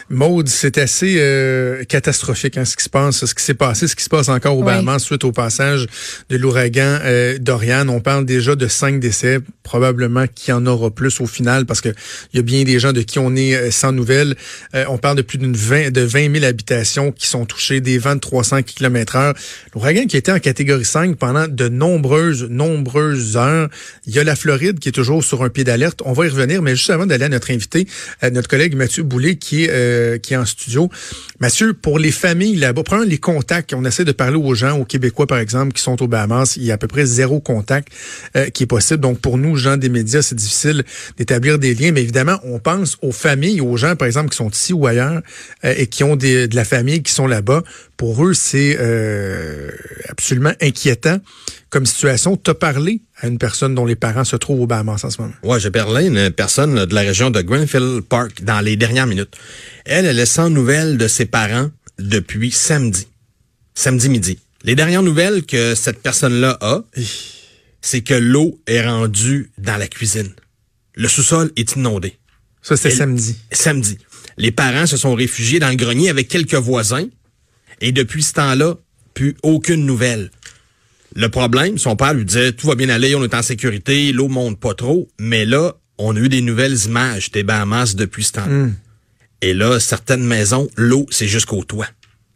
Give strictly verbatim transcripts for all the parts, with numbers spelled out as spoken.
Maude, c'est assez euh, catastrophique hein, ce qui se passe, ce qui s'est passé, ce qui se passe encore au oui. Bahamas suite au passage de l'ouragan euh, Dorian. On parle déjà de cinq décès, probablement qu'il y en aura plus au final parce que il y a bien des gens de qui on est euh, sans nouvelles. Euh, on parle de plus d'une vingt, de vingt mille habitations qui sont touchées, des vents de trois cents kilomètres heure. L'ouragan qui était en catégorie cinq pendant de nombreuses, nombreuses heures. Il y a la Floride qui est toujours sur un pied d'alerte. On va y revenir, mais juste avant d'aller à notre invité, à notre collègue Mathieu Boulay qui est euh, qui est en studio. Mathieu, pour les familles là-bas, prenons les contacts. On essaie de parler aux gens, aux Québécois par exemple, qui sont aux Bahamas. Il y a à peu près zéro contact euh, qui est possible. Donc pour nous, gens des médias, c'est difficile d'établir des liens. Mais évidemment, on pense aux familles, aux gens par exemple qui sont ici ou ailleurs euh, et qui ont des, de la famille qui sont là-bas. Pour eux, c'est euh, absolument inquiétant comme situation. Tu as parlé à une personne dont les parents se trouvent aux Bahamas en ce moment. Oui, j'ai parlé à une personne là, de la région de Grenfell Park dans les dernières minutes. Elle, elle est sans nouvelles de ses parents depuis samedi. Samedi midi. Les dernières nouvelles que cette personne-là a, c'est que l'eau est rendue dans la cuisine. Le sous-sol est inondé. Ça, c'était samedi. Samedi. Les parents se sont réfugiés dans le grenier avec quelques voisins. Et depuis ce temps-là, plus aucune nouvelle. Le problème, son père lui disait, tout va bien aller, on est en sécurité, l'eau monte pas trop. Mais là, on a eu des nouvelles images des Bahamas depuis ce temps-là. Mm. Et là, certaines maisons, l'eau, c'est jusqu'au toit.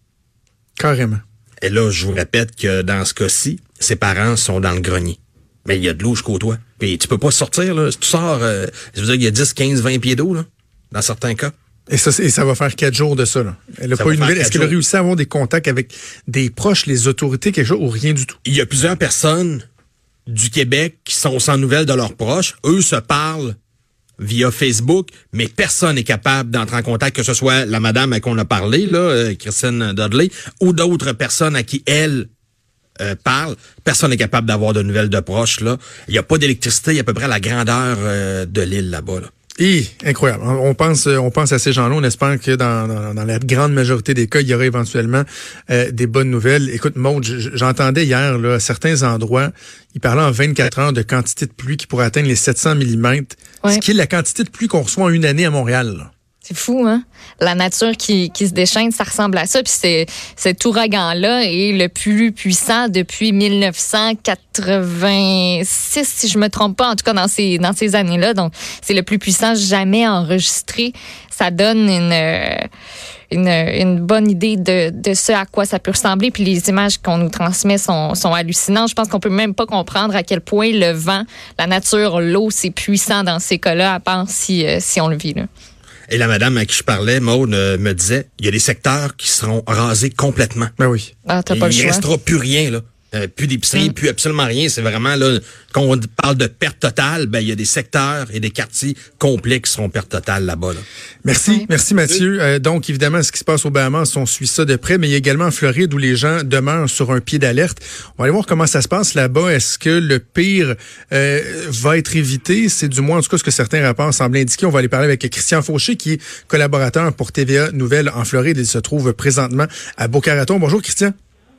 Carrément. Et là, je vous répète que dans ce cas-ci, ses parents sont dans le grenier. Mais il y a de l'eau jusqu'au toit. Puis tu peux pas sortir, là. Si tu sors, euh, je veux dire, il y a dix, quinze, vingt pieds d'eau, là, dans certains cas. Et ça, et ça va faire quatre jours de ça, là. Elle a ça pas eu de nouvelles. Est-ce qu'elle a réussi à avoir des contacts avec des proches, les autorités, quelque chose, ou rien du tout? Il y a plusieurs personnes du Québec qui sont sans nouvelles de leurs proches. Eux se parlent via Facebook, mais personne n'est capable d'entrer en contact, que ce soit la madame à qui on a parlé, là, Christine Dudley, ou d'autres personnes à qui elle euh, parle. Personne n'est capable d'avoir de nouvelles de proches, là. Il n'y a pas d'électricité, il y a à peu près la grandeur euh, de l'île là-bas, là. Et incroyable. On pense, on pense à ces gens-là. On espère que dans, dans, dans la grande majorité des cas, il y aura éventuellement euh, des bonnes nouvelles. Écoute, Maude, j'entendais hier là, à certains endroits, il parlait en vingt-quatre heures de quantité de pluie qui pourrait atteindre les sept cents millimètres, ouais. Ce qui est la quantité de pluie qu'on reçoit en une année à Montréal, là. C'est fou, hein? La nature qui, qui se déchaîne, ça ressemble à ça. Puis c'est, cet ouragan-là est le plus puissant depuis dix-neuf cent quatre-vingt-six, si je me trompe pas, en tout cas dans ces, dans ces années-là. Donc, c'est le plus puissant jamais enregistré. Ça donne une, une, une bonne idée de, de ce à quoi ça peut ressembler. Puis les images qu'on nous transmet sont, sont hallucinantes. Je pense qu'on peut même pas comprendre à quel point le vent, la nature, l'eau, c'est puissant dans ces cas-là, à part si, si on le vit, là. Et la madame à qui je parlais, Maude, euh, me disait, il y a des secteurs qui seront rasés complètement. Ben oui. Ah, t'as pas le choix. Il ne restera plus rien, là. Euh, plus d'épicerie, mm. plus absolument rien. C'est vraiment, là, quand on parle de perte totale, ben, il y a des secteurs et des quartiers complets qui seront perte totale là-bas, là. Merci. Oui. Merci, Mathieu. Euh, donc, évidemment, ce qui se passe au Bahamas, on suit ça de près, mais il y a également en Floride où les gens demeurent sur un pied d'alerte. On va aller voir comment ça se passe là-bas. Est-ce que le pire euh, va être évité? C'est du moins, en tout cas, ce que certains rapports semblent indiquer. On va aller parler avec Christian Fauché, qui est collaborateur pour T V A Nouvelles en Floride. Il se trouve présentement à Boca Raton. Bonjour, Christian.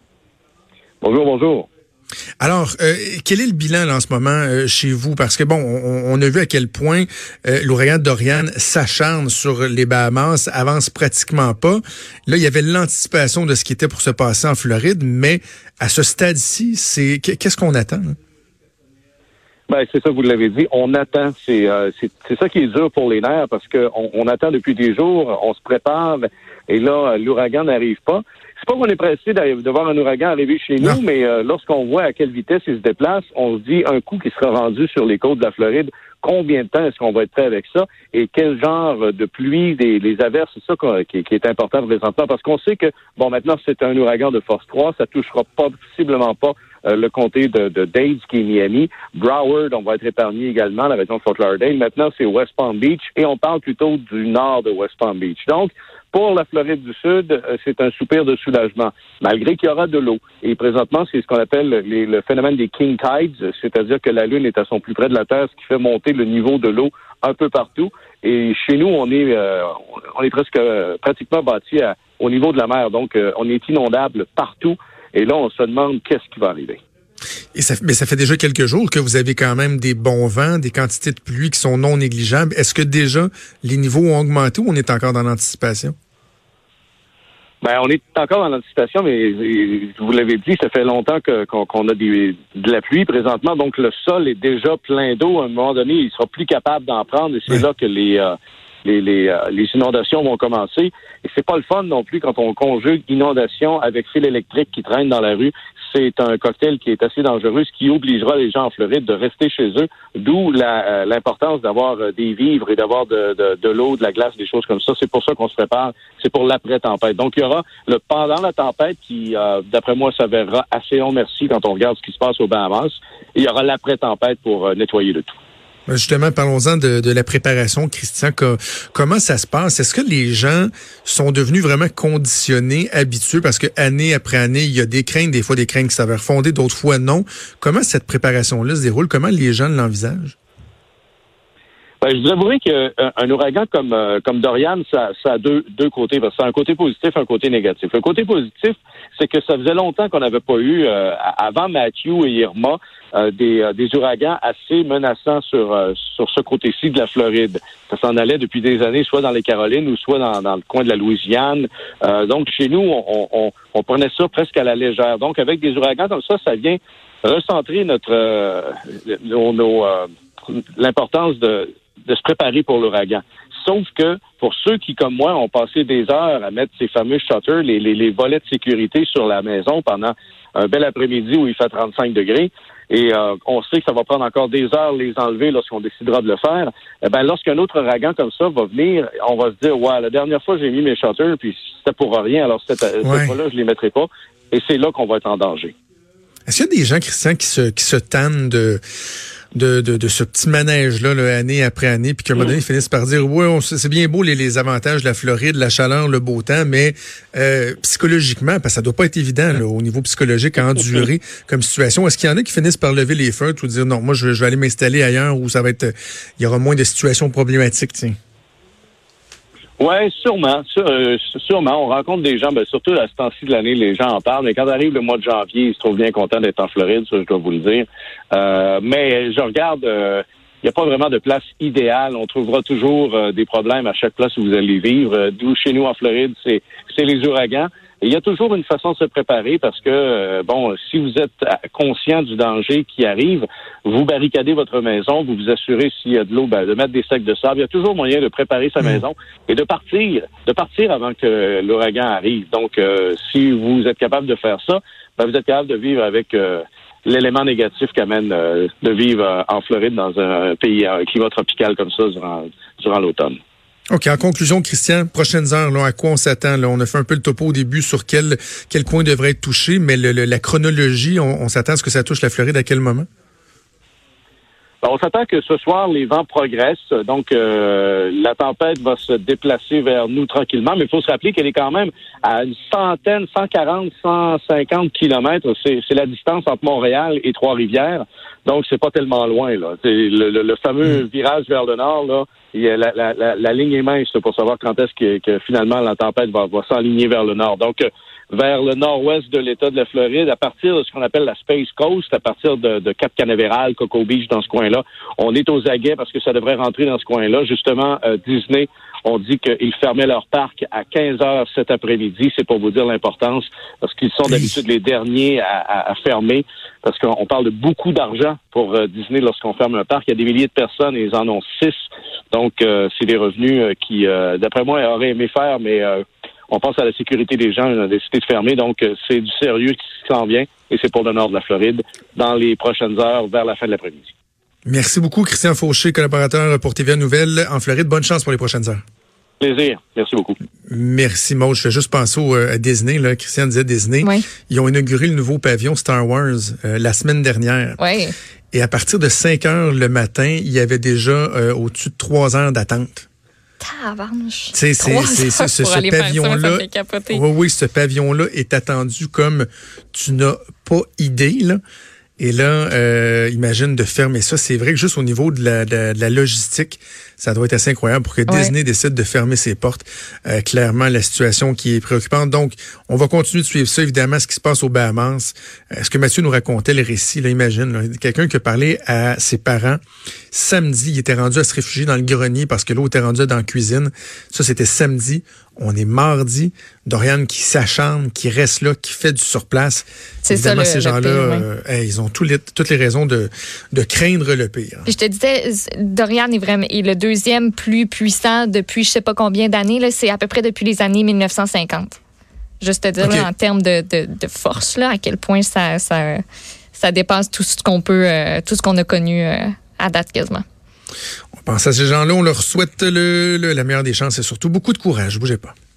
Bonjour, bonjour. Alors, euh, quel est le bilan là, en ce moment euh, chez vous? Parce que bon, on, on a vu à quel point euh, l'ouragan Dorian s'acharne sur les Bahamas, avance pratiquement pas. Là, il y avait l'anticipation de ce qui était pour se passer en Floride, mais à ce stade-ci, c'est qu'est-ce qu'on attend? Là? Ben, c'est ça, vous l'avez dit. On attend. C'est, euh, c'est, c'est ça qui est dur pour les nerfs parce que on, on attend depuis des jours, on se prépare et là, l'ouragan n'arrive pas. C'est pas qu'on est pressé de voir un ouragan arriver chez nous, non. mais euh, lorsqu'on voit à quelle vitesse il se déplace, on se dit un coup qui sera rendu sur les côtes de la Floride, combien de temps est-ce qu'on va être prêt avec ça et quel genre de pluie, des, les averses, c'est ça qui, qui est important présentement parce qu'on sait que, bon, maintenant, c'est un ouragan de force trois, ça touchera pas, possiblement pas euh, le comté de, de Dade, qui est Miami. Broward, on va être épargné également, la région de Fort Lauderdale. Maintenant, c'est West Palm Beach et on parle plutôt du nord de West Palm Beach. Donc, pour la Floride du Sud, c'est un soupir de soulagement, malgré qu'il y aura de l'eau. Et présentement, c'est ce qu'on appelle les, le phénomène des king tides, c'est-à-dire que la Lune est à son plus près de la Terre, ce qui fait monter le niveau de l'eau un peu partout. Et chez nous, on est euh, on est presque euh, pratiquement bâti à, au niveau de la mer, donc euh, on est inondable partout. Et là, on se demande qu'est-ce qui va arriver. Et ça, mais ça fait déjà quelques jours que vous avez quand même des bons vents, des quantités de pluie qui sont non négligeables. Est-ce que déjà les niveaux ont augmenté ou on est encore dans l'anticipation? Ben, on est encore dans l'anticipation, mais vous l'avez dit, ça fait longtemps que, qu'on, qu'on a des, de la pluie présentement, donc le sol est déjà plein d'eau. À un moment donné, il sera plus capable d'en prendre et c'est ouais. là que les, euh, les, les, euh, les inondations vont commencer. Et c'est pas le fun non plus quand on conjugue inondation avec fil électrique qui traîne dans la rue. C'est un cocktail qui est assez dangereux, ce qui obligera les gens en Floride de rester chez eux, d'où la, euh, l'importance d'avoir euh, des vivres et d'avoir de, de, de l'eau, de la glace, des choses comme ça. C'est pour ça qu'on se prépare, c'est pour l'après-tempête. Donc, il y aura le pendant la tempête qui, euh, d'après moi, s'avérera assez long merci quand on regarde ce qui se passe aux Bahamas. Et il y aura l'après-tempête pour euh, nettoyer le tout. Justement, parlons-en de, de la préparation, Christian. Que, comment ça se passe? Est-ce que les gens sont devenus vraiment conditionnés, habitués? Parce que année après année, il y a des craintes, des fois des craintes qui s'avèrent fondées, d'autres fois non. Comment cette préparation-là se déroule? Comment les gens l'envisagent? Ben, je vous avouerai qu'un ouragan comme euh, comme Dorian, ça, ça a deux, deux côtés. Parce que c'est un côté positif, un côté négatif. Le côté positif, c'est que ça faisait longtemps qu'on n'avait pas eu, euh, avant Matthew et Irma, euh, des, euh, des ouragans assez menaçants sur euh, sur ce côté-ci de la Floride. Ça s'en allait depuis des années, soit dans les Carolines ou soit dans, dans le coin de la Louisiane. Euh, donc, chez nous, on, on, on prenait ça presque à la légère. Donc, avec des ouragans comme ça, ça vient recentrer notre euh, nos, nos euh, l'importance de de se préparer pour l'ouragan. Sauf que pour ceux qui, comme moi, ont passé des heures à mettre ces fameux shutters, les, les, les volets de sécurité sur la maison pendant un bel après-midi où il fait trente-cinq degrés, et euh, on sait que ça va prendre encore des heures les enlever lorsqu'on décidera de le faire, eh ben lorsqu'un autre ouragan comme ça va venir, on va se dire, ouais, la dernière fois j'ai mis mes shutters, puis c'était pour rien, alors cette, ouais. cette fois-là, je les mettrai pas, et c'est là qu'on va être en danger. Est-ce qu'il y a des gens, Christian, qui se, qui se tannent de... De, de, de ce petit manège-là, là, année après année, puis qu'à un moment donné, ils finissent par dire, ouais, on, c'est bien beau les, les avantages de la Floride, la chaleur, le beau temps, mais euh, psychologiquement, parce que ça doit pas être évident là, au niveau psychologique à endurer comme situation. Est-ce qu'il y en a qui finissent par lever les feutres ou dire, non, moi, je, je vais aller m'installer ailleurs où ça va être, il y aura moins de situations problématiques, tiens? Oui, sûrement, euh, sûrement. On rencontre des gens, ben, surtout à ce temps-ci de l'année, les gens en parlent, mais quand arrive le mois de janvier, ils se trouvent bien contents d'être en Floride, ça je dois vous le dire. Euh, mais je regarde, il euh, n'y a pas vraiment de place idéale. On trouvera toujours euh, des problèmes à chaque place où vous allez vivre. Euh, D'où chez nous en Floride, c'est, c'est les ouragans. Et il y a toujours une façon de se préparer parce que, euh, bon, si vous êtes conscient du danger qui arrive, vous barricadez votre maison, vous vous assurez s'il y a de l'eau, ben, de mettre des sacs de sable. Il y a toujours moyen de préparer sa mmh. maison et de partir, de partir avant que l'ouragan arrive. Donc, euh, si vous êtes capable de faire ça, ben, vous êtes capable de vivre avec euh, l'élément négatif qu'amène euh, de vivre euh, en Floride dans un pays, un climat tropical comme ça durant, durant l'automne. OK. En conclusion, Christian, prochaines heures, là, à quoi on s'attend? Là? On a fait un peu le topo au début sur quel, quel coin devrait être touché, mais le, le, la chronologie, on, on s'attend à ce que ça touche la Floride à quel moment? On s'attend que ce soir, les vents progressent. Donc, euh, la tempête va se déplacer vers nous tranquillement. Mais il faut se rappeler qu'elle est quand même à une centaine, cent quarante, cent cinquante kilomètres. C'est, c'est la distance entre Montréal et Trois-Rivières. Donc, c'est pas tellement loin, là. C'est le, le, le fameux virage vers le nord, là. Il y a la, la, la, la ligne est mince pour savoir quand est-ce que, que finalement la tempête va, va s'enligner vers le nord. Donc, euh, vers le nord-ouest de l'État de la Floride, à partir de ce qu'on appelle la Space Coast, à partir de, de Cap Canaveral, Cocoa Beach, dans ce coin-là, on est aux aguets parce que ça devrait rentrer dans ce coin-là. Justement, euh, Disney, on dit qu'ils fermaient leur parc à quinze heures cet après-midi. C'est pour vous dire l'importance, parce qu'ils sont d'habitude les derniers à, à, à fermer, parce qu'on parle de beaucoup d'argent pour euh, Disney lorsqu'on ferme un parc. Il y a des milliers de personnes et ils en ont six. Donc, euh, c'est des revenus euh, qui, euh, d'après moi, auraient aimé faire, mais... Euh, on pense à la sécurité des gens, on a décidé de fermer, donc euh, c'est du sérieux qui s'en vient, et c'est pour le nord de la Floride, dans les prochaines heures, vers la fin de l'après-midi. Merci beaucoup, Christian Fauché, collaborateur pour T V A Nouvelles en Floride. Bonne chance pour les prochaines heures. Plaisir. Merci beaucoup. Merci, Maud. Je fais juste penser au, à Disney. Là. Christian disait Disney. Oui. Ils ont inauguré le nouveau pavillon Star Wars euh, la semaine dernière. Oui. Et à partir de cinq heures le matin, il y avait déjà euh, au-dessus de trois heures d'attente. Tabarnouche. C'est, c'est, c'est, c'est, ce, ce pavillon-là. Oui, oui, ce pavillon-là est attendu comme tu n'as pas idée, là. Et là, euh, imagine de fermer ça. C'est vrai que juste au niveau de la, de, de la logistique, ça doit être assez incroyable pour que ouais. Disney décide de fermer ses portes. Euh, clairement, la situation qui est préoccupante. Donc, on va continuer de suivre ça, évidemment, ce qui se passe aux Bahamas. Euh, ce que Mathieu nous racontait, le récit, là, imagine, là, quelqu'un qui a parlé à ses parents. Samedi, il était rendu à se réfugier dans le grenier parce que l'eau était rendue dans la cuisine. Ça, c'était samedi. On est mardi. Dorian qui s'acharne, qui reste là, qui fait du surplace. C'est évidemment, ça, le, ces gens-là, le pire, euh, hey, ils ont tous les, toutes les raisons de, de craindre le pire. Puis je te disais, Dorian est vraiment est le deuxième plus puissant depuis je sais pas combien d'années. Là, c'est à peu près depuis les années mille neuf cent cinquante. Juste te dire okay. là, en termes de, de, de force, là, à quel point ça, ça, ça dépasse tout ce qu'on peut, euh, tout ce qu'on a connu euh, à date quasiment. On pense à ces gens-là, on leur souhaite le, le, la meilleure des chances et surtout beaucoup de courage. Bougez pas.